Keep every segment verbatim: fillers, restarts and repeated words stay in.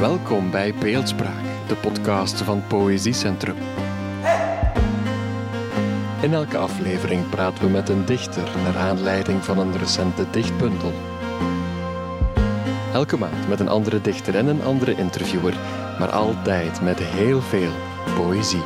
Welkom bij Beeldspraak, de podcast van Poëziecentrum. In elke aflevering praten we met een dichter naar aanleiding van een recente dichtbundel. Elke maand met een andere dichter en een andere interviewer, maar altijd met heel veel poëzie.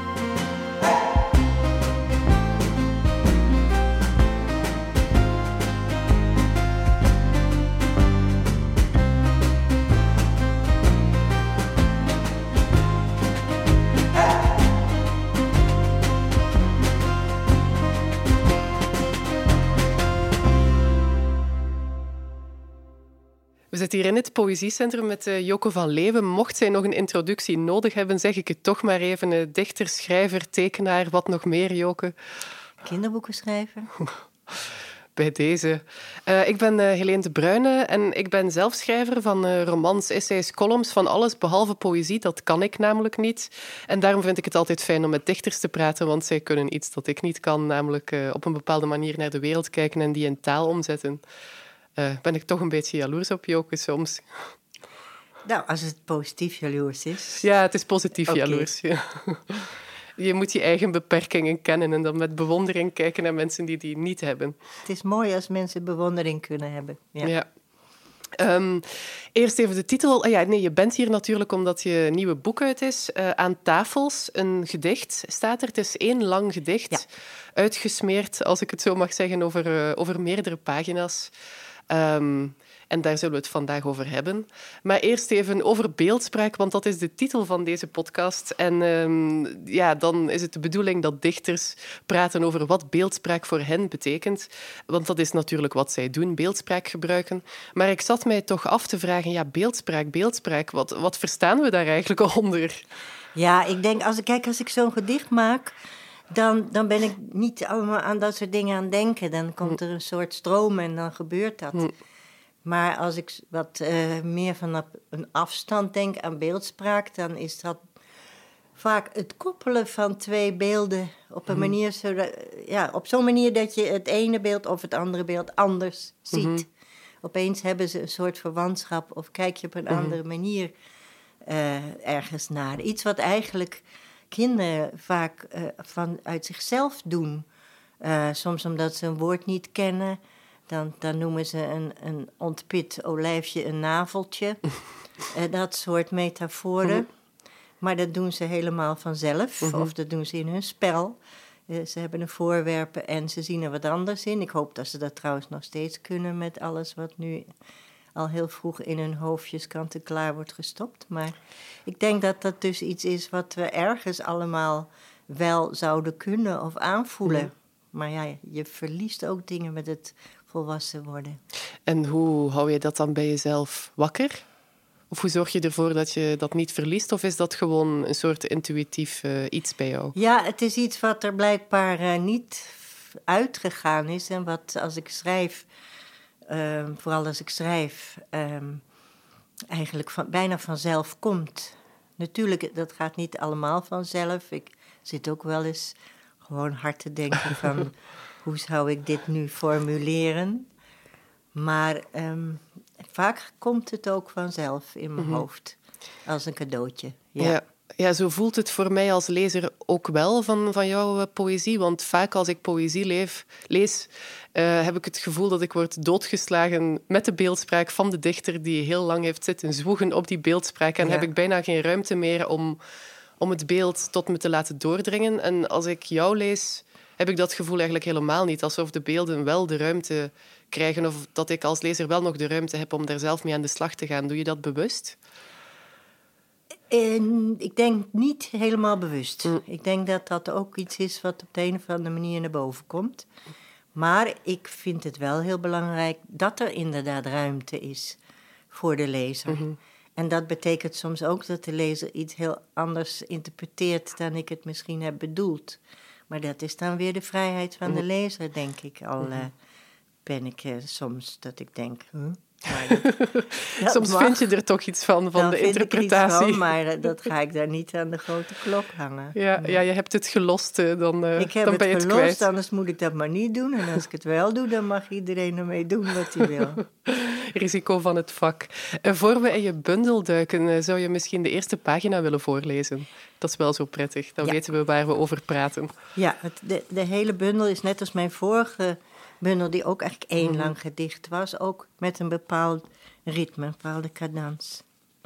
We zitten hier in het Poëziecentrum met uh, Joke van Leeuwen. Mocht zij nog een introductie nodig hebben, zeg ik het toch maar even. Uh, dichter, schrijver, tekenaar, wat nog meer, Joke? Kinderboekenschrijver. Bij deze. Uh, ik ben uh, Helene de Bruyne en ik ben zelf schrijver van uh, romans, essays, columns, van alles behalve poëzie. Dat kan ik namelijk niet. En daarom vind ik het altijd fijn om met dichters te praten, want zij kunnen iets dat ik niet kan, namelijk uh, op een bepaalde manier naar de wereld kijken en die in taal omzetten. Uh, ben ik toch een beetje jaloers op Joke soms. Nou, als het positief jaloers is. Ja, het is positief okay. jaloers. Ja. Je moet je eigen beperkingen kennen en dan met bewondering kijken naar mensen die die niet hebben. Het is mooi als mensen bewondering kunnen hebben. Ja. Ja. Um, eerst even de titel. Ah, ja, nee, je bent hier natuurlijk omdat je nieuwe boek uit is. Uh, Aan tafels, een gedicht staat er. Het is één lang gedicht, ja. Uitgesmeerd, als ik het zo mag zeggen, over, uh, over meerdere pagina's. Um, en daar zullen we het vandaag over hebben. Maar eerst even over beeldspraak, want dat is de titel van deze podcast. En um, ja, dan is het de bedoeling dat dichters praten over wat beeldspraak voor hen betekent. Want dat is natuurlijk wat zij doen, beeldspraak gebruiken. Maar ik zat mij toch af te vragen, ja, beeldspraak, beeldspraak, wat, wat verstaan we daar eigenlijk onder? Ja, ik denk, als ik, kijk, als ik zo'n gedicht maak, Dan, dan ben ik niet allemaal aan dat soort dingen aan het denken. Dan komt er een soort stroom en dan gebeurt dat. Mm. Maar als ik wat uh, meer van een afstand denk aan beeldspraak, dan is dat vaak het koppelen van twee beelden op een mm. manier, zodat, ja, op zo'n manier dat je het ene beeld of het andere beeld anders ziet. Mm-hmm. Opeens hebben ze een soort verwantschap of kijk je op een mm-hmm. andere manier uh, ergens naar. Iets wat eigenlijk kinderen vaak uh, vanuit zichzelf doen. Uh, soms omdat ze een woord niet kennen. Dan, dan noemen ze een, een ontpit olijfje een naveltje. uh, dat soort metaforen. Mm-hmm. Maar dat doen ze helemaal vanzelf. Mm-hmm. Of dat doen ze in hun spel. Uh, ze hebben een voorwerpen en ze zien er wat anders in. Ik hoop dat ze dat trouwens nog steeds kunnen met alles wat nu al heel vroeg in hun hoofdjes kant-en-klaar wordt gestopt. Maar ik denk dat dat dus iets is wat we ergens allemaal wel zouden kunnen of aanvoelen. Mm. Maar ja, je verliest ook dingen met het volwassen worden. En hoe hou je dat dan bij jezelf wakker? Of hoe zorg je ervoor dat je dat niet verliest? Of is dat gewoon een soort intuïtief uh, iets bij jou? Ja, het is iets wat er blijkbaar uh, niet uitgegaan is. En wat als ik schrijf, Uh, vooral als ik schrijf, um, eigenlijk van, bijna vanzelf komt. Natuurlijk, dat gaat niet allemaal vanzelf. Ik zit ook wel eens gewoon hard te denken van hoe zou ik dit nu formuleren. Maar um, vaak komt het ook vanzelf in mijn mm-hmm. hoofd, als een cadeautje. Ja. Ja. Ja, zo voelt het voor mij als lezer ook wel van, van jouw uh, poëzie. Want vaak als ik poëzie leef, lees, uh, heb ik het gevoel dat ik word doodgeslagen met de beeldspraak van de dichter die heel lang heeft zitten zwoegen op die beeldspraak. En ja. heb ik bijna geen ruimte meer om, om het beeld tot me te laten doordringen. En als ik jou lees, heb ik dat gevoel eigenlijk helemaal niet. Alsof de beelden wel de ruimte krijgen of dat ik als lezer wel nog de ruimte heb om daar zelf mee aan de slag te gaan. Doe je dat bewust? En ik denk niet helemaal bewust. Mm. Ik denk dat dat ook iets is wat op de een of andere manier naar boven komt. Maar ik vind het wel heel belangrijk dat er inderdaad ruimte is voor de lezer. Mm-hmm. En dat betekent soms ook dat de lezer iets heel anders interpreteert dan ik het misschien heb bedoeld. Maar dat is dan weer de vrijheid van mm-hmm. de lezer, denk ik. Al uh, ben ik uh, soms dat ik denk, huh? Maar dat, dat Soms mag. vind je er toch iets van, van Dan de vind interpretatie. Ik er iets van, maar uh, dat ga ik daar niet aan de grote klok hangen. Ja, Nee. ja, je hebt het gelost, uh, dan, uh, ik heb dan het ben je het gelost, kwijt. anders moet ik dat maar niet doen. En als ik het wel doe, dan mag iedereen ermee doen wat hij wil. Risico van het vak. Uh, voor we in je bundel duiken, uh, zou je misschien de eerste pagina willen voorlezen? Dat is wel zo prettig, dan ja. weten we waar we over praten. Ja, het, de, de hele bundel is net als mijn vorige bundel, die ook eigenlijk één Mm-hmm. lang gedicht was, ook met een bepaald ritme, een bepaalde cadans.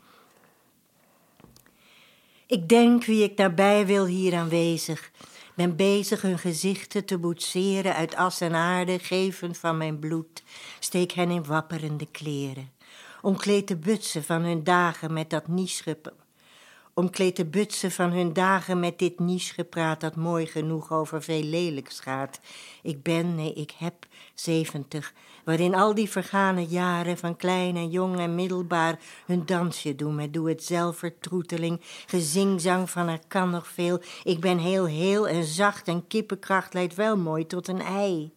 Ik denk wie ik daarbij wil hier aanwezig. Ben bezig hun gezichten te boetseren uit as en aarde, geven van mijn bloed. Steek hen in wapperende kleren. Omkleed de butsen van hun dagen met dat nieschep. Omkleed de butsen van hun dagen met dit nichegepraat dat mooi genoeg over veel lelijks gaat. Ik ben, nee, ik heb zeventig, waarin al die vergane jaren van klein en jong en middelbaar hun dansje doen met doe het zelf vertroeteling, gezingzang van er kan nog veel. Ik ben heel heel en zacht en kippenkracht leidt wel mooi tot een ei.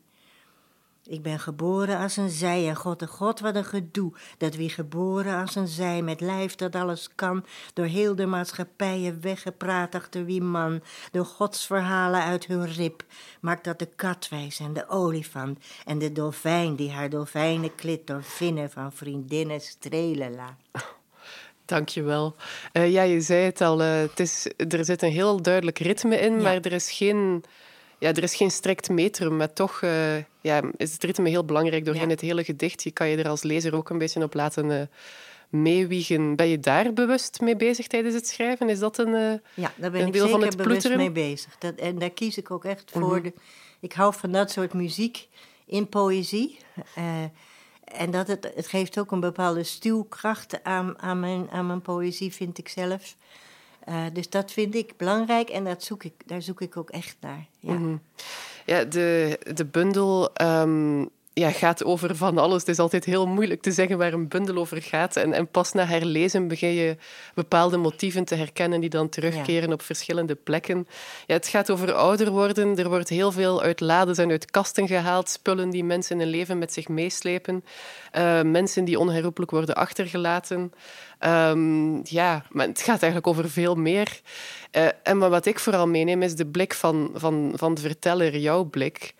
Ik ben geboren als een zij en god de god wat een gedoe, dat wie geboren als een zij met lijf dat alles kan, door heel de maatschappijen weggepraat achter wie man, door godsverhalen uit hun rib, maakt dat de katwijs en de olifant en de dolfijn die haar dolfijnenklit door vinnen van vriendinnen strelen laat. Dank je wel. Uh, ja, je zei het al, uh, het is, er zit een heel duidelijk ritme in, ja. maar er is geen... Ja, er is geen strikt metrum, maar toch uh, ja, is het ritme heel belangrijk doorheen ja. het hele gedicht. Je kan je er als lezer ook een beetje op laten uh, meewiegen. Ben je daar bewust mee bezig tijdens het schrijven? Is dat een, uh, ja, daar ben een ik deel zeker van het bewust ploeteren? mee bezig. Dat, en daar kies ik ook echt voor. Mm-hmm. De, ik hou van dat soort muziek in poëzie. Uh, en dat het, het geeft ook een bepaalde stuwkracht aan, aan, mijn, aan mijn poëzie, vind ik zelf. Uh, dus dat vind ik belangrijk en dat zoek ik, daar zoek ik ook echt naar. Ja, mm-hmm. ja de, de bundel um, ja, gaat over van alles. Het is altijd heel moeilijk te zeggen waar een bundel over gaat. En, en pas na herlezen begin je bepaalde motieven te herkennen die dan terugkeren ja. op verschillende plekken. Ja, het gaat over ouder worden. Er wordt heel veel uit lades en uit kasten gehaald. Spullen die mensen in hun leven met zich meeslepen. Uh, mensen die onherroepelijk worden achtergelaten. Um, ja, maar het gaat eigenlijk over veel meer. Uh, en maar wat ik vooral meeneem is de blik van, van, van de verteller, jouw blik.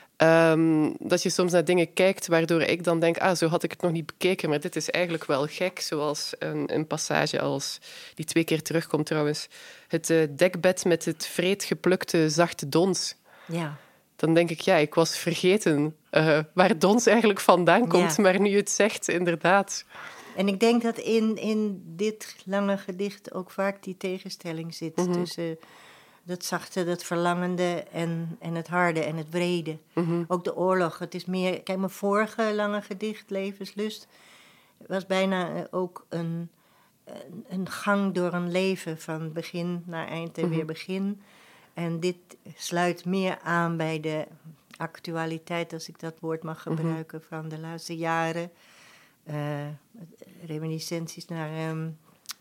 Um, dat je soms naar dingen kijkt waardoor ik dan denk, ah, zo had ik het nog niet bekeken, maar dit is eigenlijk wel gek. Zoals een, een passage als, die twee keer terugkomt trouwens. Het uh, dekbed met het vreed geplukte zachte dons. Ja. Dan denk ik, ja, ik was vergeten uh, waar dons eigenlijk vandaan komt, ja. maar nu het zegt, inderdaad. En ik denk dat in, in dit lange gedicht ook vaak die tegenstelling zit mm-hmm. tussen dat zachte, dat verlangende en, en het harde en het brede. Mm-hmm. Ook de oorlog. Het is meer. Kijk, mijn vorige lange gedicht, Levenslust, was bijna uh, ook een, een, een gang door een leven van begin naar eind en mm-hmm. weer begin. En dit sluit meer aan bij de actualiteit, als ik dat woord mag gebruiken, mm-hmm. van de laatste jaren. Uh, reminiscenties naar um,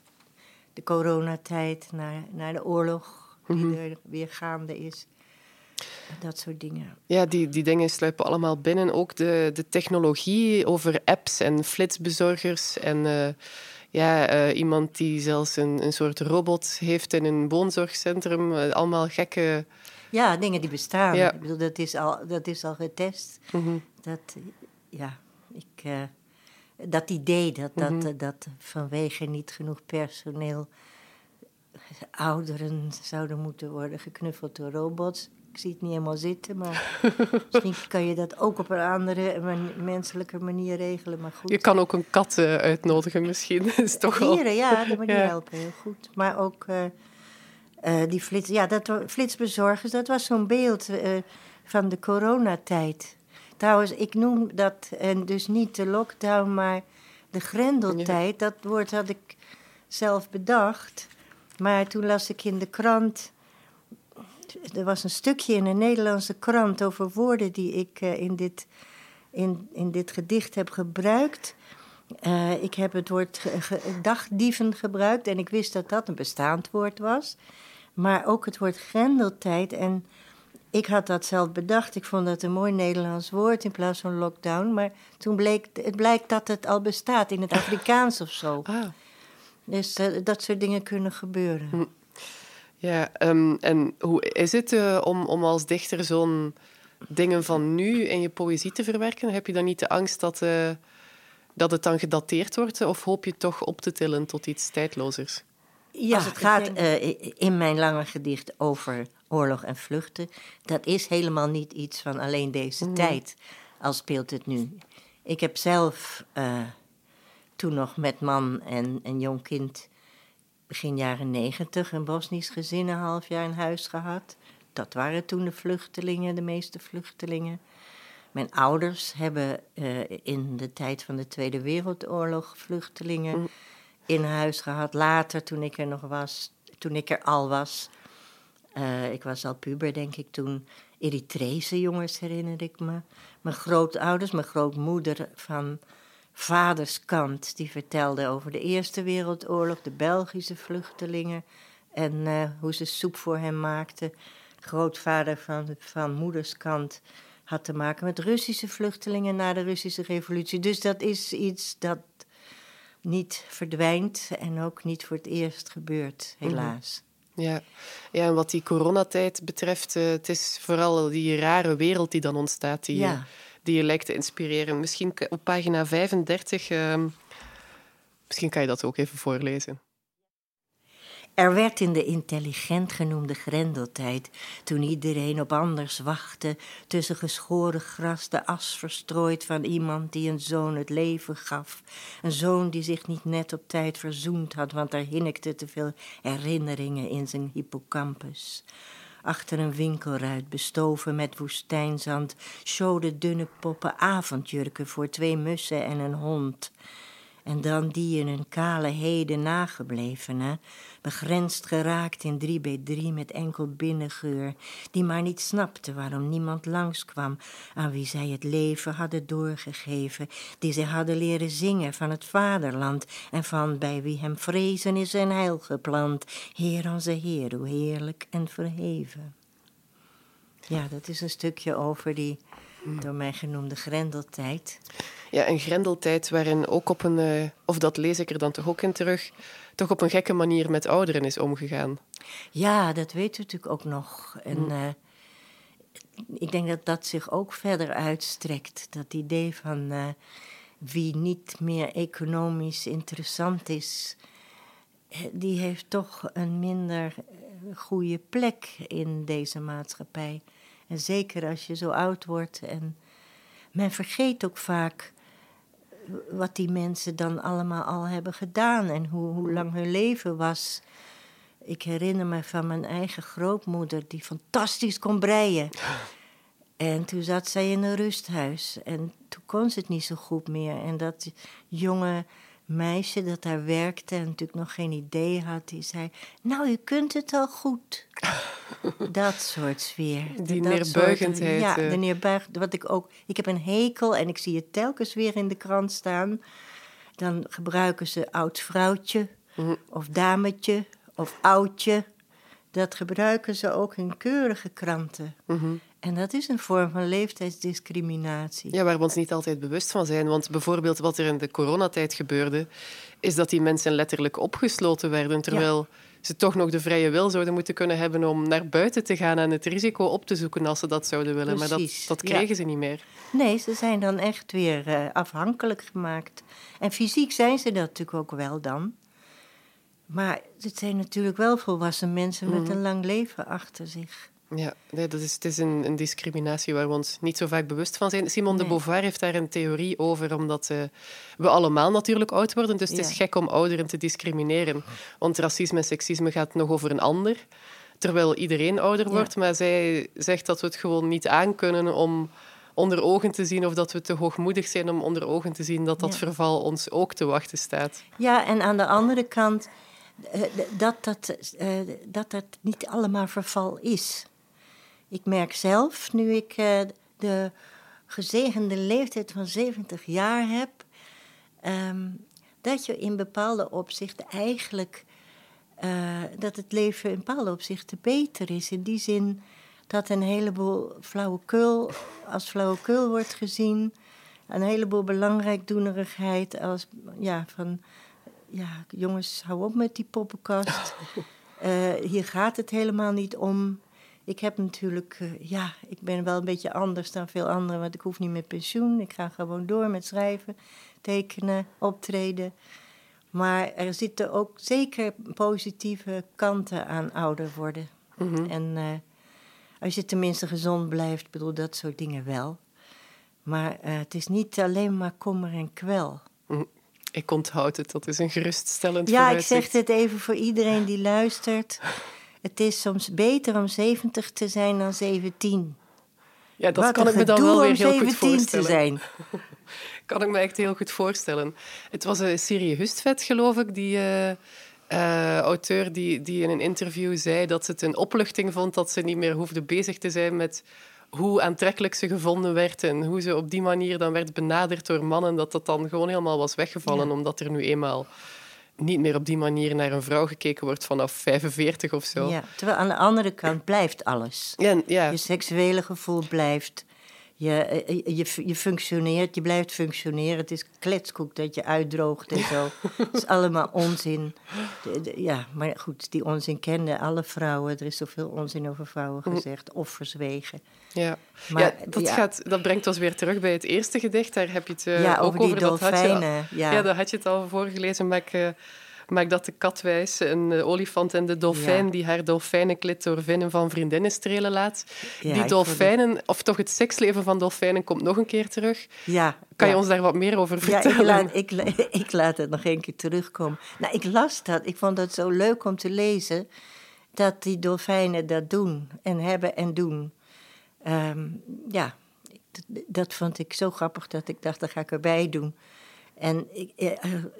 de coronatijd, naar, naar de oorlog die mm-hmm. er weer gaande is. Dat soort dingen. Ja, die, die dingen sluipen allemaal binnen. Ook de, de technologie over apps en flitsbezorgers en uh, ja, uh, iemand die zelfs een, een soort robot heeft in een woonzorgcentrum. Uh, allemaal gekke... Ja, dingen die bestaan. Ja. Ik bedoel, dat is al, dat is al getest. Mm-hmm. Dat, ja, ik... Uh, Dat idee dat, dat, mm-hmm. dat vanwege niet genoeg personeel ouderen zouden moeten worden geknuffeld door robots. Ik zie het niet helemaal zitten, maar misschien kan je dat ook op een andere, man- menselijke manier regelen. Maar goed. Je kan ook een kat uh, uitnodigen misschien. Is toch Dieren, al... ja, maar die ja. helpen heel goed. Maar ook uh, uh, die flits, ja, dat, flitsbezorgers, dat was zo'n beeld uh, van de coronatijd. Trouwens, ik noem dat en dus niet de lockdown, maar de grendeltijd. Ja. Dat woord had ik zelf bedacht. Maar toen las ik in de krant... Er was een stukje in een Nederlandse krant over woorden die ik uh, in, dit, in, in dit gedicht heb gebruikt. Uh, ik heb het woord ge- ge- dagdieven gebruikt en ik wist dat dat een bestaand woord was. Maar ook het woord grendeltijd en... ik had dat zelf bedacht. Ik vond dat een mooi Nederlands woord in plaats van lockdown. Maar toen bleek het blijkt dat het al bestaat in het Afrikaans of zo. Ah. Dus uh, dat soort dingen kunnen gebeuren. Hm. Ja, um, en hoe is het uh, om, om als dichter zo'n dingen van nu in je poëzie te verwerken? Heb je dan niet de angst dat, uh, dat het dan gedateerd wordt? Of hoop je toch op te tillen tot iets tijdlozers? Ja, als het gaat uh, in mijn lange gedicht over oorlog en vluchten, dat is helemaal niet iets van alleen deze mm. tijd, al speelt het nu. Ik heb zelf uh, toen nog met man en een jong kind, begin jaren negentig, een Bosnisch gezin een half jaar in huis gehad. Dat waren toen de vluchtelingen, de meeste vluchtelingen. Mijn ouders hebben uh, in de tijd van de Tweede Wereldoorlog vluchtelingen mm. in huis gehad. Later, toen ik er nog was, toen ik er al was, uh, ik was al puber denk ik toen, Eritrese jongens herinner ik me. Mijn grootouders, mijn grootmoeder van vaderskant, die vertelde over de Eerste Wereldoorlog, de Belgische vluchtelingen en uh, hoe ze soep voor hem maakten. Grootvader van, van moederskant had te maken met Russische vluchtelingen na de Russische revolutie. Dus dat is iets dat niet verdwijnt en ook niet voor het eerst gebeurt, helaas. Ja, ja en wat die coronatijd betreft, uh, het is vooral die rare wereld die dan ontstaat, die, ja. die je lijkt te inspireren. Misschien op pagina vijfendertig, uh, misschien kan je dat ook even voorlezen. Er werd in de intelligent genoemde Grendeltijd, toen iedereen op anders wachtte, tussen geschoren gras de as verstrooid van iemand die een zoon het leven gaf. Een zoon die zich niet net op tijd verzoend had, want er hinnikten te veel herinneringen in zijn hippocampus. Achter een winkelruit, bestoven met woestijnzand, sjouwden dunne poppen avondjurken voor twee mussen en een hond. En dan die in hun kale heden nageblevenen, begrensd geraakt in drie bij drie met enkel binnengeur, die maar niet snapte waarom niemand langskwam, aan wie zij het leven hadden doorgegeven, die zij hadden leren zingen van het vaderland en van bij wie hem vrezen is en heil geplant. Heer onze Heer, hoe heerlijk en verheven. Ja, dat is een stukje over die door mij genoemde Grendeltijd. Ja, een Grendeltijd waarin ook op een, uh, of dat lees ik er dan toch ook in terug, toch op een gekke manier met ouderen is omgegaan. Ja, dat weten we natuurlijk ook nog. En mm. uh, ik denk dat dat zich ook verder uitstrekt. Dat idee van uh, wie niet meer economisch interessant is, die heeft toch een minder goede plek in deze maatschappij. En zeker als je zo oud wordt. En men vergeet ook vaak wat die mensen dan allemaal al hebben gedaan en hoe, hoe lang hun leven was. Ik herinner me van mijn eigen grootmoeder die fantastisch kon breien. En toen zat zij in een rusthuis en toen kon ze het niet zo goed meer. En dat jonge meisje dat daar werkte en natuurlijk nog geen idee had, die zei, nou, u kunt het al goed. Dat soort sfeer. Die dat neerbuigendheid. Soort, ja, de neerbuigend. Wat ik ook, ik heb een hekel en ik zie het telkens weer in de krant staan. Dan gebruiken ze oud vrouwtje mm. of dametje of oudje. Dat gebruiken ze ook in keurige kranten. Mm-hmm. En dat is een vorm van leeftijdsdiscriminatie. Ja, waar we ons niet altijd bewust van zijn. Want bijvoorbeeld wat er in de coronatijd gebeurde, is dat die mensen letterlijk opgesloten werden, terwijl ja. ze toch nog de vrije wil zouden moeten kunnen hebben om naar buiten te gaan en het risico op te zoeken als ze dat zouden willen. Precies. Maar dat, dat kregen ja. ze niet meer. Nee, ze zijn dan echt weer uh, afhankelijk gemaakt. En fysiek zijn ze dat natuurlijk ook wel dan. Maar het zijn natuurlijk wel volwassen mensen mm-hmm. met een lang leven achter zich. Ja, nee, dat is, het is een, een discriminatie waar we ons niet zo vaak bewust van zijn. Simone nee. de Beauvoir heeft daar een theorie over, omdat uh, we allemaal natuurlijk oud worden. Dus het ja. is gek om ouderen te discrimineren. Want racisme en seksisme gaat nog over een ander, terwijl iedereen ouder wordt. Ja. Maar zij zegt dat we het gewoon niet aankunnen om onder ogen te zien, of dat we te hoogmoedig zijn om onder ogen te zien dat dat ja. verval ons ook te wachten staat. Ja, en aan de andere kant, uh, dat, dat, uh, dat dat niet allemaal verval is. Ik merk zelf, nu ik uh, de gezegende leeftijd van zeventig jaar heb, um, dat je in bepaalde opzichten eigenlijk, uh, dat het leven in bepaalde opzichten beter is. In die zin dat een heleboel flauwekul als flauwekul wordt gezien. Een heleboel belangrijkdoenerigheid als, ja, van, ja, jongens, hou op met die poppenkast. uh, hier gaat het helemaal niet om. Ik heb natuurlijk, uh, ja, ik ben wel een beetje anders dan veel anderen, want ik hoef niet met pensioen. Ik ga gewoon door met schrijven, tekenen, optreden. Maar er zitten ook zeker positieve kanten aan ouder worden. Mm-hmm. En uh, als je tenminste gezond blijft, bedoel, dat soort dingen wel. Maar uh, het is niet alleen maar kommer en kwel. Mm. Ik onthoud het, dat is een geruststellend Ja, vooruitzicht. ik zeg het even voor iedereen die luistert. Het is soms beter om zeventig te zijn dan zeventien. Ja, dat Wat kan ik me dan wel weer heel goed voorstellen. te zijn. Kan ik me echt heel goed voorstellen. Het was een Siri Hustvedt, geloof ik, die uh, uh, auteur die, die in een interview zei dat ze het een opluchting vond dat ze niet meer hoefde bezig te zijn met hoe aantrekkelijk ze gevonden werd en hoe ze op die manier dan werd benaderd door mannen, dat dat dan gewoon helemaal was weggevallen, ja. Omdat er nu eenmaal niet meer op die manier naar een vrouw gekeken wordt vanaf vijfenveertig of zo. Ja, terwijl aan de andere kant blijft alles. Ja, ja. Je seksuele gevoel blijft. Je, je, je functioneert, je blijft functioneren. Het is kletskoek dat je uitdroogt en zo. Het is allemaal onzin. De, de, ja, maar goed, die onzin kenden alle vrouwen. Er is zoveel onzin over vrouwen gezegd of verzwegen. Ja, maar, ja, dat, ja. Gaat, dat brengt ons weer terug bij het eerste gedicht. Daar heb je het uh, ja, ook over. over Die dolfijnen. Ja. ja, daar had je het al voorgelezen, maar ik... Uh, Maak dat de katwijs, een olifant en de dolfijn ja. die haar dolfijnenklit door vinnen van vriendinnen strelen laat. Ja, die dolfijnen, de... of toch het seksleven van dolfijnen, komt nog een keer terug. Ja, kan ja. je ons daar wat meer over vertellen? Ja, ik laat, ik, ik laat het nog een keer terugkomen. Nou, ik las dat. Ik vond dat zo leuk om te lezen dat die dolfijnen dat doen en hebben en doen. Um, ja, dat, dat vond ik zo grappig dat ik dacht, dat ga ik erbij doen. En ik... Uh,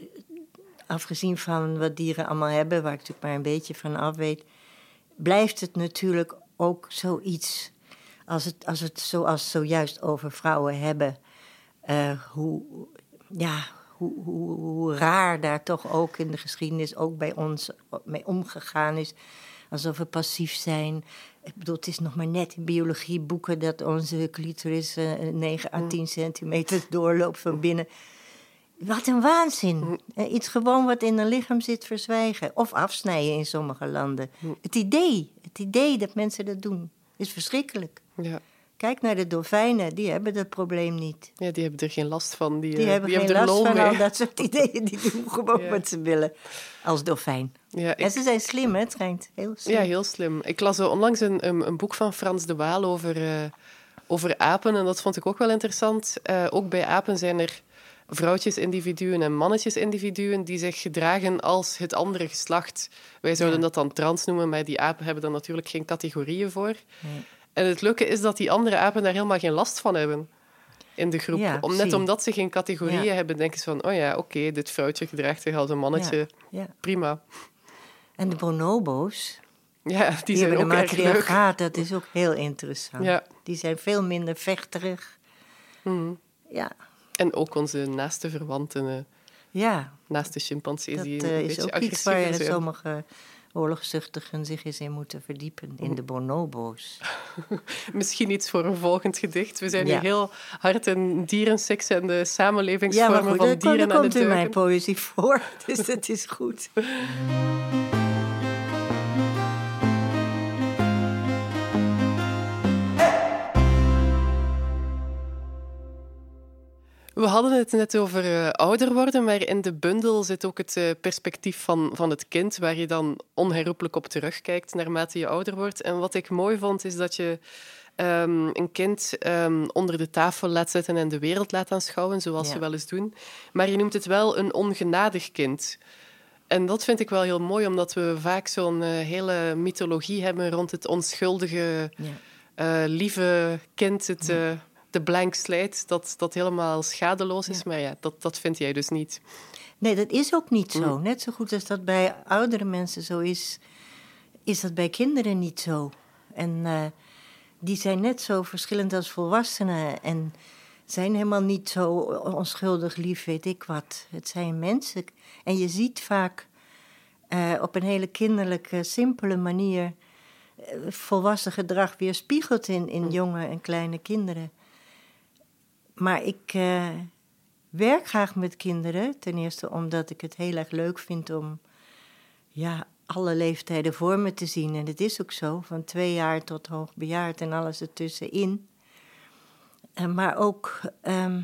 afgezien van wat dieren allemaal hebben, waar ik natuurlijk maar een beetje van af weet, blijft het natuurlijk ook zoiets, als het, als het zoals zojuist over vrouwen hebben, uh, hoe, ja, hoe, hoe, hoe raar daar toch ook in de geschiedenis, ook bij ons, mee omgegaan is, alsof we passief zijn. Ik bedoel, het is nog maar net in biologieboeken dat onze clitoris uh, negen à tien centimeter doorloopt van binnen. Wat een waanzin. Iets gewoon wat in een lichaam zit verzwijgen. Of afsnijden in sommige landen. Het idee, het idee dat mensen dat doen, is verschrikkelijk. Ja. Kijk naar de dolfijnen, die hebben dat probleem niet. Ja, die hebben er geen last van. Die, die uh, hebben die geen hebben last van mee. al dat soort ideeën. Die doen gewoon ja. wat ze willen als dolfijn. Ja, en ik... ze zijn slim, hè? Het schijnt heel slim. Ja, heel slim. Ik las onlangs een, een, een boek van Frans de Waal over, uh, over apen. En dat vond ik ook wel interessant. Uh, ook bij apen zijn er vrouwtjesindividuen en mannetjesindividuen die zich gedragen als het andere geslacht. Wij zouden ja. dat dan trans noemen, maar die apen hebben daar natuurlijk geen categorieën voor. Nee. En het leuke is dat die andere apen daar helemaal geen last van hebben in de groep. Ja, Om, net omdat ze geen categorieën ja. hebben, denken ze van, oh ja, oké, okay, dit vrouwtje gedraagt zich als een mannetje. Ja. Ja. Prima. En de bonobo's, ja, die, die zijn hebben ook een erg leuk. matriarchaat, dat is ook heel interessant. Ja. Die zijn veel minder vechterig. Mm. Ja. En ook onze naaste verwanten, uh, ja. naast de chimpansees, dat, die uh, een is beetje ook iets waar zijn. sommige oorlogszuchtigen zich eens in moeten verdiepen, in de bonobo's. Misschien iets voor een volgend gedicht. We zijn ja. nu heel hard in dierenseks en de samenlevingsvormen ja, maar goed, van dieren aan aan het het komt in mijn poëzie voor, dus dat is goed. We hadden het net over uh, ouder worden, maar in de bundel zit ook het uh, perspectief van, van het kind, waar je dan onherroepelijk op terugkijkt naarmate je ouder wordt. En wat ik mooi vond, is dat je um, een kind um, onder de tafel laat zitten en de wereld laat aanschouwen, zoals ja. ze wel eens doen. Maar je noemt het wel een ongenadig kind. En dat vind ik wel heel mooi, omdat we vaak zo'n uh, hele mythologie hebben rond het onschuldige, ja. uh, lieve kind, het... Uh, de blank slate, dat, dat helemaal schadeloos is. Ja. Maar ja, dat, dat vind jij dus niet. Nee, dat is ook niet zo. Mm. Net zo goed als dat bij oudere mensen zo is, is dat bij kinderen niet zo. En uh, die zijn net zo verschillend als volwassenen. En zijn helemaal niet zo onschuldig lief, weet ik wat. Het zijn mensen. En je ziet vaak uh, op een hele kinderlijke, simpele manier volwassen gedrag weerspiegelt in, in jonge en kleine kinderen. Maar ik uh, werk graag met kinderen. Ten eerste omdat ik het heel erg leuk vind om ja, alle leeftijden voor me te zien. En het is ook zo, van twee jaar tot hoogbejaard en alles ertussenin. Uh, maar ook um,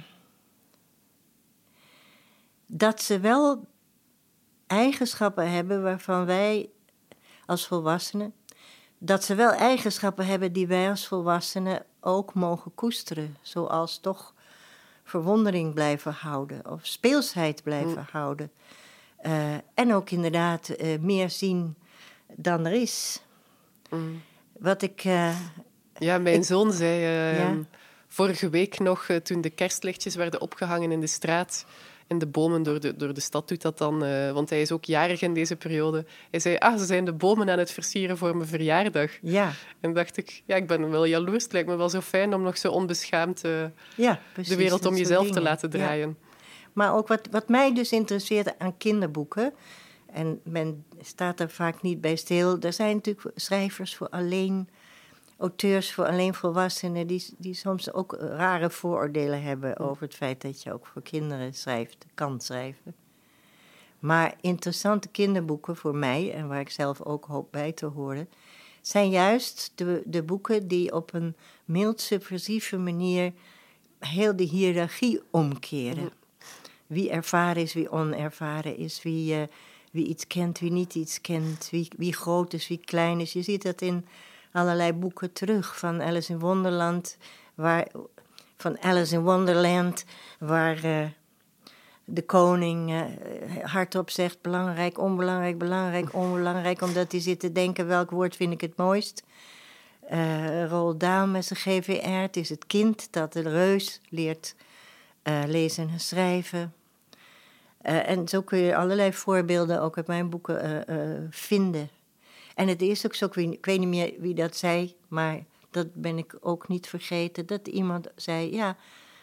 dat ze wel eigenschappen hebben waarvan wij als volwassenen... dat ze wel eigenschappen hebben die wij als volwassenen ook mogen koesteren. Zoals toch verwondering blijven houden of speelsheid blijven mm. houden. Uh, en ook inderdaad uh, meer zien dan er is. Mm. Wat ik... Uh, ja, mijn ik, zoon zei uh, ja? vorige week nog, uh, toen de kerstlichtjes werden opgehangen in de straat... in de bomen, door de, door de stad doet dat dan, uh, want hij is ook jarig in deze periode. Hij zei, ah, ze zijn de bomen aan het versieren voor mijn verjaardag. Ja. En dacht ik, ja, ik ben wel jaloers. Het lijkt me wel zo fijn om nog zo onbeschaamd uh, ja, precies, de wereld om jezelf te laten draaien. Ja. Maar ook wat, wat mij dus interesseert aan kinderboeken, en men staat er vaak niet bij stil, er zijn natuurlijk schrijvers voor alleen... auteurs voor alleen volwassenen die, die soms ook rare vooroordelen hebben over het feit dat je ook voor kinderen schrijft, kan schrijven. Maar interessante kinderboeken voor mij, en waar ik zelf ook hoop bij te horen, zijn juist de, de boeken die op een mild subversieve manier heel de hiërarchie omkeren. Wie ervaren is, wie onervaren is, wie, uh, wie iets kent, wie niet iets kent, wie, wie groot is, wie klein is. Je ziet dat in allerlei boeken terug, van Alice in Wonderland, waar, van Alice in Wonderland, waar uh, de koning uh, hardop zegt belangrijk, onbelangrijk, belangrijk, onbelangrijk, omdat hij zit te denken welk woord vind ik het mooist. Uh, Roald Dahl met zijn G V R, het is het kind dat de reus leert uh, lezen en schrijven. Uh, en zo kun je allerlei voorbeelden ook uit mijn boeken uh, uh, vinden. En het is ook zo, ik weet, ik weet niet meer wie dat zei, maar dat ben ik ook niet vergeten, dat iemand zei, ja,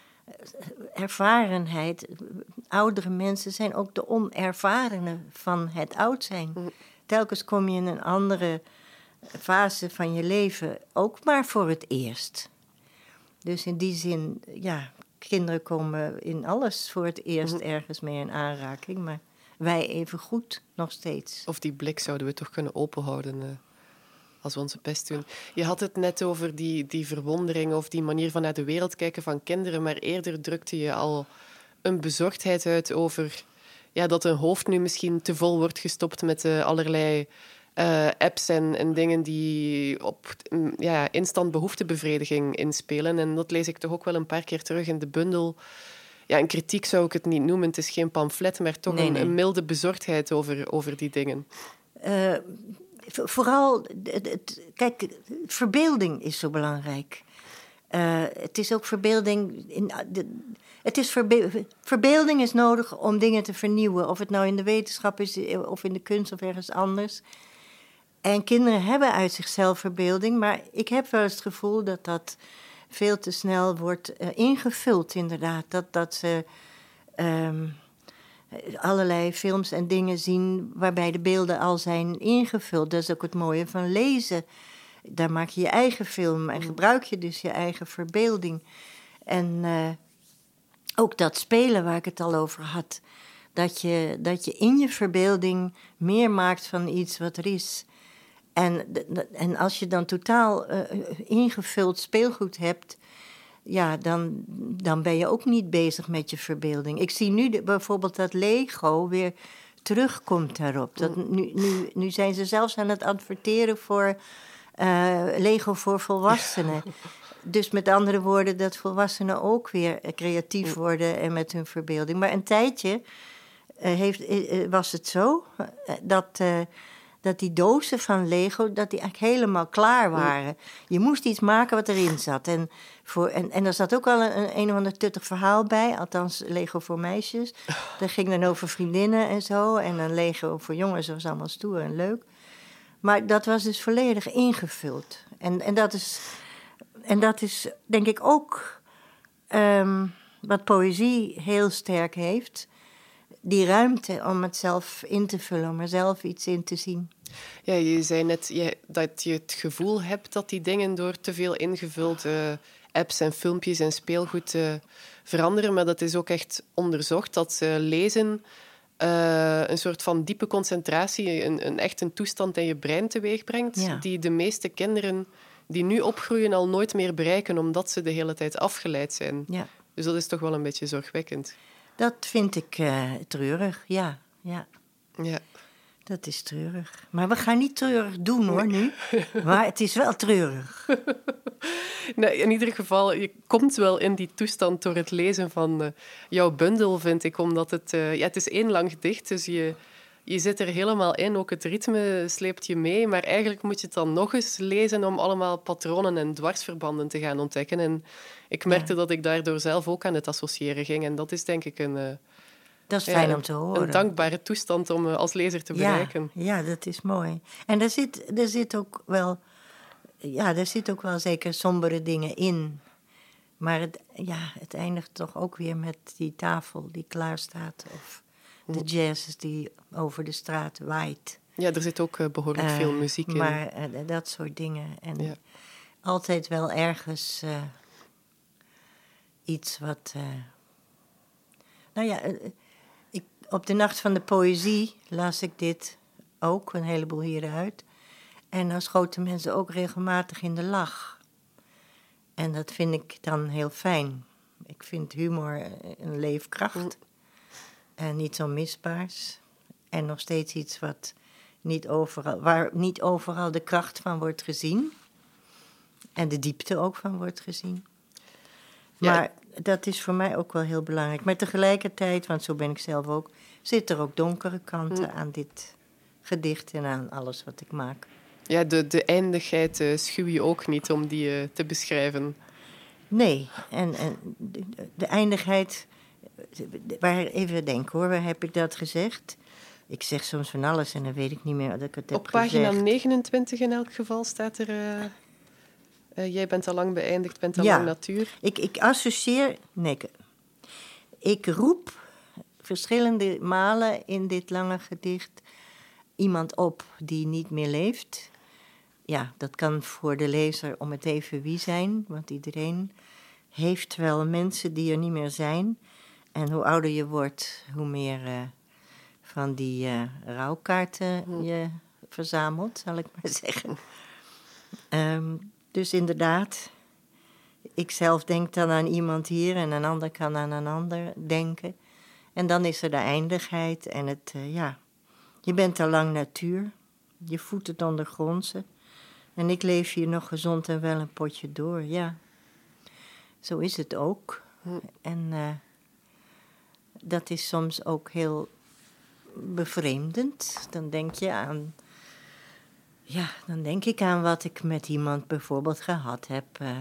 ervarenheid, oudere mensen zijn ook de onervarenen van het oud zijn. Mm. Telkens kom je in een andere fase van je leven, ook maar voor het eerst. Dus in die zin, ja, kinderen komen in alles voor het eerst mm. ergens mee in aanraking, maar wij even goed nog steeds. Of die blik zouden we toch kunnen openhouden uh, als we onze best doen. Je had het net over die, die verwondering of die manier van naar de wereld kijken van kinderen, maar eerder drukte je al een bezorgdheid uit over ja, dat een hoofd nu misschien te vol wordt gestopt met uh, allerlei uh, apps en, en dingen die op um, ja, instant behoeftebevrediging inspelen. En dat lees ik toch ook wel een paar keer terug in de bundel. Ja, een kritiek zou ik het niet noemen. Het is geen pamflet, maar toch nee, een, nee. een milde bezorgdheid over, over die dingen. Uh, vooral, het, het, kijk, verbeelding is zo belangrijk. Uh, het is ook verbeelding... In, de, het is verbe- verbeelding is nodig om dingen te vernieuwen. Of het nou in de wetenschap is, of in de kunst of ergens anders. En kinderen hebben uit zichzelf verbeelding, maar ik heb wel eens het gevoel dat dat veel te snel wordt uh, ingevuld, inderdaad. Dat, dat ze um, allerlei films en dingen zien waarbij de beelden al zijn ingevuld. Dat is ook het mooie van lezen. Daar maak je je eigen film en gebruik je dus je eigen verbeelding. En uh, ook dat spelen waar ik het al over had. Dat je, dat je in je verbeelding meer maakt van iets wat er is. En, en als je dan totaal uh, ingevuld speelgoed hebt, ja, dan, dan ben je ook niet bezig met je verbeelding. Ik zie nu de, bijvoorbeeld dat Lego weer terugkomt daarop. Dat nu, nu, nu zijn ze zelfs aan het adverteren voor uh, Lego voor volwassenen. Dus met andere woorden, dat volwassenen ook weer creatief worden en met hun verbeelding. Maar een tijdje uh, heeft, uh, was het zo uh, dat... Uh, dat die dozen van Lego, dat die eigenlijk helemaal klaar waren. Je moest iets maken wat erin zat. En, voor, en, en er zat ook al een, een of ander tuttig verhaal bij. Althans, Lego voor meisjes. Dat ging dan over vriendinnen en zo. En dan Lego voor jongens, dat was allemaal stoer en leuk. Maar dat was dus volledig ingevuld. En, en, dat, is, en dat is, denk ik, ook um, wat poëzie heel sterk heeft. die ruimte om het zelf in te vullen, om er zelf iets in te zien. Ja, je zei net je, dat je het gevoel hebt dat die dingen door te veel ingevulde apps en filmpjes en speelgoed uh, veranderen. Maar dat is ook echt onderzocht, dat uh, lezen uh, een soort van diepe concentratie, een, een echt een toestand in je brein teweeg brengt, ja. die de meeste kinderen die nu opgroeien al nooit meer bereiken, omdat ze de hele tijd afgeleid zijn. Ja. Dus dat is toch wel een beetje zorgwekkend. Dat vind ik uh, treurig, ja. ja. Ja. Dat is treurig. Maar we gaan niet treurig doen, hoor, nu. Maar het is wel treurig. Nee, in ieder geval, je komt wel in die toestand door het lezen van uh, jouw bundel, vind ik. Omdat het... Uh, ja, het is één lang gedicht, dus je, je zit er helemaal in. Ook het ritme sleept je mee. Maar eigenlijk moet je het dan nog eens lezen om allemaal patronen en dwarsverbanden te gaan ontdekken. En ik merkte ja. dat ik daardoor zelf ook aan het associëren ging. En dat is denk ik een... Uh, Dat is fijn ja, om te horen. Een dankbare toestand om uh, als lezer te bereiken. Ja, ja, dat is mooi. En er zit, er zit ook wel... Ja, er zit ook wel zeker sombere dingen in. Maar het, ja, het eindigt toch ook weer met die tafel die klaar staat. Of de jazz die over de straat waait. Ja, er zit ook uh, behoorlijk uh, veel muziek in. Maar uh, dat soort dingen. En ja. altijd wel ergens uh, iets wat... Uh, nou ja... Uh, Ik, op de Nacht van de Poëzie las ik dit ook, een heleboel hieruit. En dan schoten mensen ook regelmatig in de lach. En dat vind ik dan heel fijn. Ik vind humor een leefkracht. En iets onmisbaars. En nog steeds iets wat niet overal, waar niet overal de kracht van wordt gezien. En de diepte ook van wordt gezien. Maar... Ja. Dat is voor mij ook wel heel belangrijk. Maar tegelijkertijd, want zo ben ik zelf ook... zit er ook donkere kanten mm. aan dit gedicht en aan alles wat ik maak. Ja, de, de eindigheid uh, schuw je ook niet om die uh, te beschrijven. Nee, en, en de, de eindigheid... Waar, even denken hoor, waar heb ik dat gezegd? Ik zeg soms van alles en dan weet ik niet meer wat ik het heb Op pagina gezegd. negenentwintig in elk geval staat er... Uh... Uh, jij bent al lang beëindigd, bent al ja, lang natuur. Ik, ik associeer... Nee, ik, ik roep verschillende malen in dit lange gedicht iemand op die niet meer leeft. Ja, dat kan voor de lezer om het even wie zijn, want iedereen heeft wel mensen die er niet meer zijn. En hoe ouder je wordt, hoe meer uh, van die uh, rouwkaarten hm. je verzamelt, zal ik maar zeggen. Um, Dus inderdaad, ik zelf denk dan aan iemand hier en een ander kan aan een ander denken. En dan is er de eindigheid en het, uh, ja, je bent al lang natuur, je voeten ondergrondse. En ik leef hier nog gezond en wel een potje door, ja. Zo is het ook. Hm. En uh, dat is soms ook heel bevreemdend. Dan denk je aan... Ja, dan denk ik aan wat ik met iemand bijvoorbeeld gehad heb. Uh,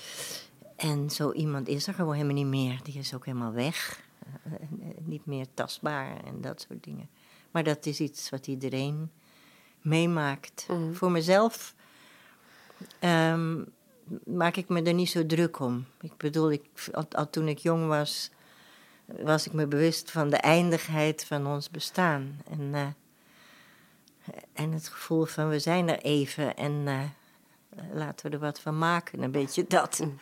en zo iemand is er gewoon helemaal niet meer. Die is ook helemaal weg. Uh, uh, niet meer tastbaar en dat soort dingen. Maar dat is iets wat iedereen meemaakt. Mm-hmm. Voor mezelf um, maak ik me er niet zo druk om. Ik bedoel, ik, al, al toen ik jong was, was ik me bewust van de eindigheid van ons bestaan. En... Uh, En het gevoel van we zijn er even en uh, laten we er wat van maken, een beetje dat. Mm.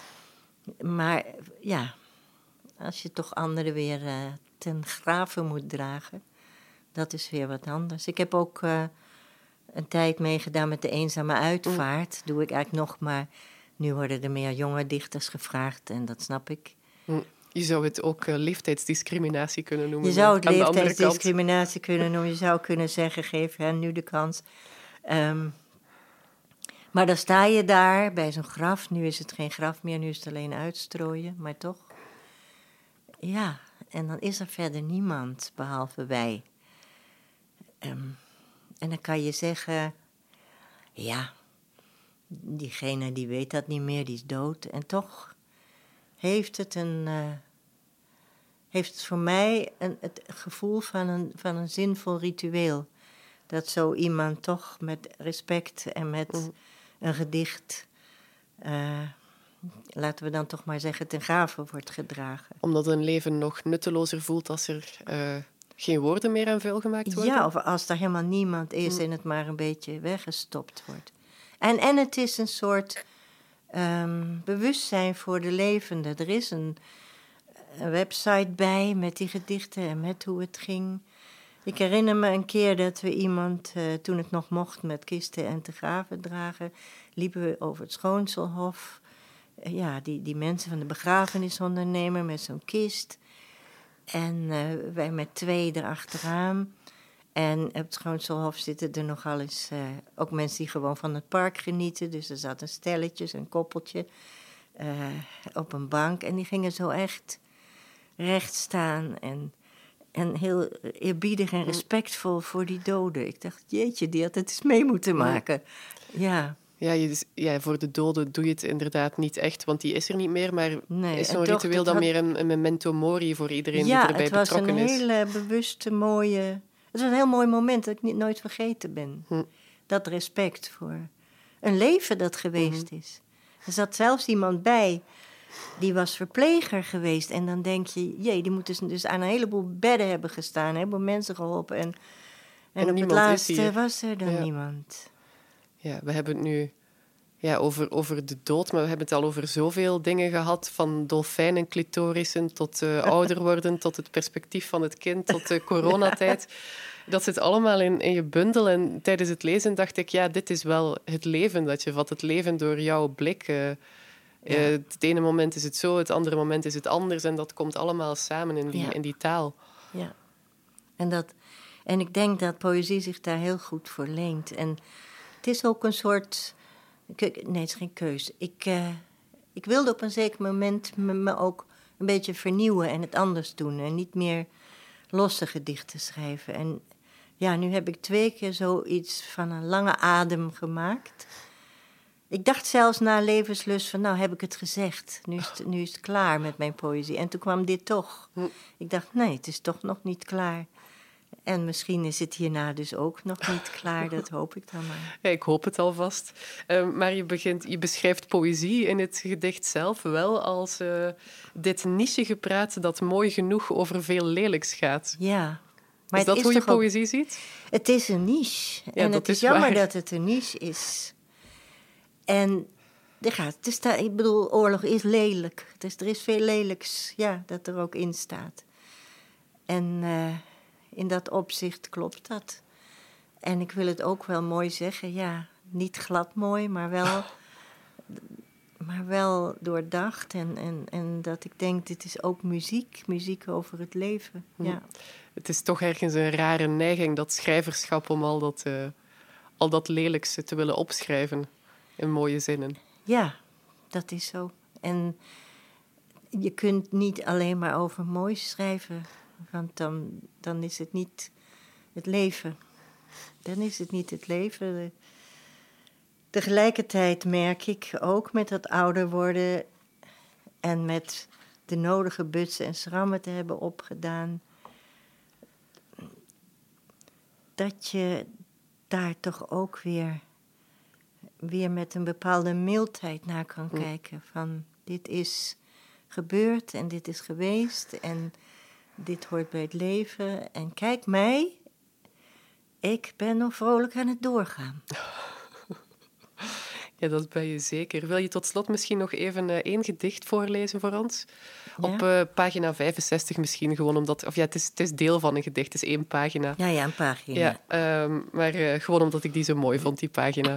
Maar ja, als je toch anderen weer uh, ten grave moet dragen, dat is weer wat anders. Ik heb ook uh, een tijd meegedaan met de eenzame uitvaart. Mm. Doe ik eigenlijk nog, maar nu worden er meer jonge dichters gevraagd en dat snap ik. Mm. Je zou het ook uh, leeftijdsdiscriminatie kunnen noemen. Je zou het leeftijdsdiscriminatie kunnen noemen. Je zou kunnen zeggen, geef hen nu de kans. Um, maar dan sta je daar bij zo'n graf. Nu is het geen graf meer, nu is het alleen uitstrooien. Maar toch. Ja, en dan is er verder niemand, behalve wij. Um, en dan kan je zeggen... Ja, diegene die weet dat niet meer, die is dood. En toch... heeft het, een, uh, heeft het voor mij een, het gevoel van een, van een zinvol ritueel. Dat zo iemand toch met respect en met mm. een gedicht... Uh, laten we dan toch maar zeggen, ten grave wordt gedragen. Omdat een leven nog nuttelozer voelt als er uh, geen woorden meer aan vuil gemaakt worden? Ja, of als er helemaal niemand is en het maar een beetje weggestopt wordt. En, en het is een soort um, bewustzijn voor de levenden. Er is een, een website bij met die gedichten en met hoe het ging. Ik herinner me een keer dat we iemand, uh, toen het nog mocht met kisten en te graven dragen, liepen we over het Schoonselhof. Uh, ja, die, die mensen van de begrafenisondernemer met zo'n kist. En uh, wij met twee erachteraan. En op het Schoonselhof zitten er nogal eens uh, ook mensen die gewoon van het park genieten. Dus er zat een stelletje, een koppeltje uh, op een bank. En die gingen zo echt recht staan en, en heel eerbiedig en respectvol voor die doden. Ik dacht, jeetje, die had het eens mee moeten maken. Ja. Ja, je, dus, ja, voor de doden doe je het inderdaad niet echt, want die is er niet meer. Maar nee, is zo'n toch, ritueel dan had... meer een, een memento mori voor iedereen ja, die erbij betrokken is? Ja, het was een hele bewuste, mooie... Het was een heel mooi moment dat ik niet, nooit vergeten ben. Hm. Dat respect voor een leven dat geweest hm. is. Er zat zelfs iemand bij, die was verpleger geweest. En dan denk je, jee, die moet dus, dus aan een heleboel bedden hebben gestaan. Een heleboel mensen geholpen. En, en, en op het laatste was er dan ja. niemand. Ja, we hebben het nu ja, over, over de dood, maar we hebben het al over zoveel dingen gehad. Van dolfijnen, clitorissen, tot uh, ouder worden, tot het perspectief van het kind, tot de coronatijd. Ja. Dat zit allemaal in, in je bundel. En tijdens het lezen dacht ik, ja, dit is wel het leven dat je vat. Het leven door jouw blik. Uh, ja. uh, het ene moment is het zo, het andere moment is het anders. En dat komt allemaal samen in die, ja. in die taal. Ja, en, dat, en ik denk dat poëzie zich daar heel goed voor leent. En het is ook een soort... Nee, het is geen keus. Ik, uh, ik wilde op een zeker moment me, me ook een beetje vernieuwen en het anders doen. En niet meer losse gedichten schrijven. En ja, nu heb ik twee keer zoiets van een lange adem gemaakt. Ik dacht zelfs na Levenslust van, nou heb ik het gezegd. Nu is het, nu is het klaar met mijn poëzie. En toen kwam dit toch. Ik dacht, nee, het is toch nog niet klaar. En misschien is het hierna dus ook nog niet klaar, dat hoop ik dan maar. Ja, ik hoop het alvast. Uh, maar je, begint, je beschrijft poëzie in het gedicht zelf wel als uh, dit nichegepraat dat mooi genoeg over veel lelijks gaat. Ja. Maar is dat hoe je poëzie ook... ziet? Het is een niche. Ja, en het is, is jammer waar. dat het een niche is. En er gaat, het is daar, ik bedoel, oorlog is lelijk. Dus er is veel lelijks, ja, dat er ook in staat. En... Uh, In dat opzicht klopt dat. En ik wil het ook wel mooi zeggen. Ja, niet glad mooi, maar wel, maar wel doordacht. En, en, en dat ik denk, dit is ook muziek. Muziek over het leven. Ja. Het is toch ergens een rare neiging, dat schrijverschap, om al dat, uh, al dat lelijkste te willen opschrijven in mooie zinnen. Ja, dat is zo. En je kunt niet alleen maar over mooi schrijven... Want dan, dan is het niet het leven. Dan is het niet het leven. Tegelijkertijd merk ik ook met dat ouder worden... en met de nodige butsen en schrammen te hebben opgedaan... dat je daar toch ook weer, weer met een bepaalde mildheid naar kan mm. kijken. Van dit is gebeurd en dit is geweest en... Dit hoort bij het leven. En kijk mij, ik ben nog vrolijk aan het doorgaan. Ja, dat ben je zeker. Wil je tot slot misschien nog even uh, één gedicht voorlezen voor ons? Ja? Op uh, pagina vijfenzestig misschien, gewoon omdat... Of ja, het is, het is deel van een gedicht, het is één pagina. Ja, ja, een pagina. Ja, um, maar uh, gewoon omdat ik die zo mooi vond, die pagina.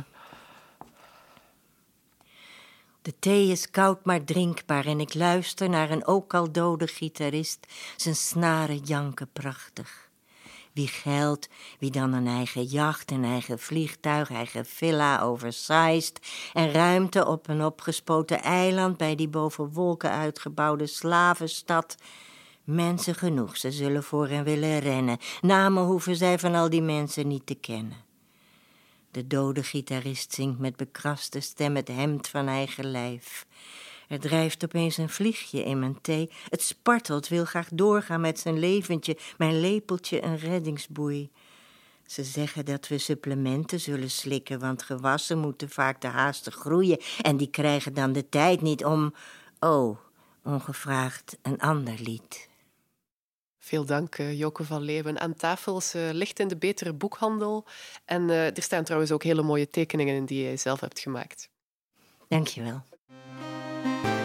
De thee is koud maar drinkbaar en ik luister naar een ook al dode gitarist, zijn snaren janken prachtig. Wie geldt, wie dan een eigen jacht, een eigen vliegtuig, eigen villa oversized en ruimte op een opgespoten eiland bij die boven wolken uitgebouwde slavenstad. Mensen genoeg, ze zullen voor hen willen rennen. Namen hoeven zij van al die mensen niet te kennen. De dode gitarist zingt met bekraste stem het hemd van eigen lijf. Er drijft opeens een vliegje in mijn thee. Het spartelt, wil graag doorgaan met zijn leventje. Mijn lepeltje een reddingsboei. Ze zeggen dat we supplementen zullen slikken, want gewassen moeten vaak te haastig groeien. En die krijgen dan de tijd niet om... Oh, ongevraagd een ander lied. Veel dank, uh, Joke van Leeuwen. Aan Tafels uh, ligt in de betere boekhandel. En uh, er staan trouwens ook hele mooie tekeningen in die jij zelf hebt gemaakt. Dank je wel.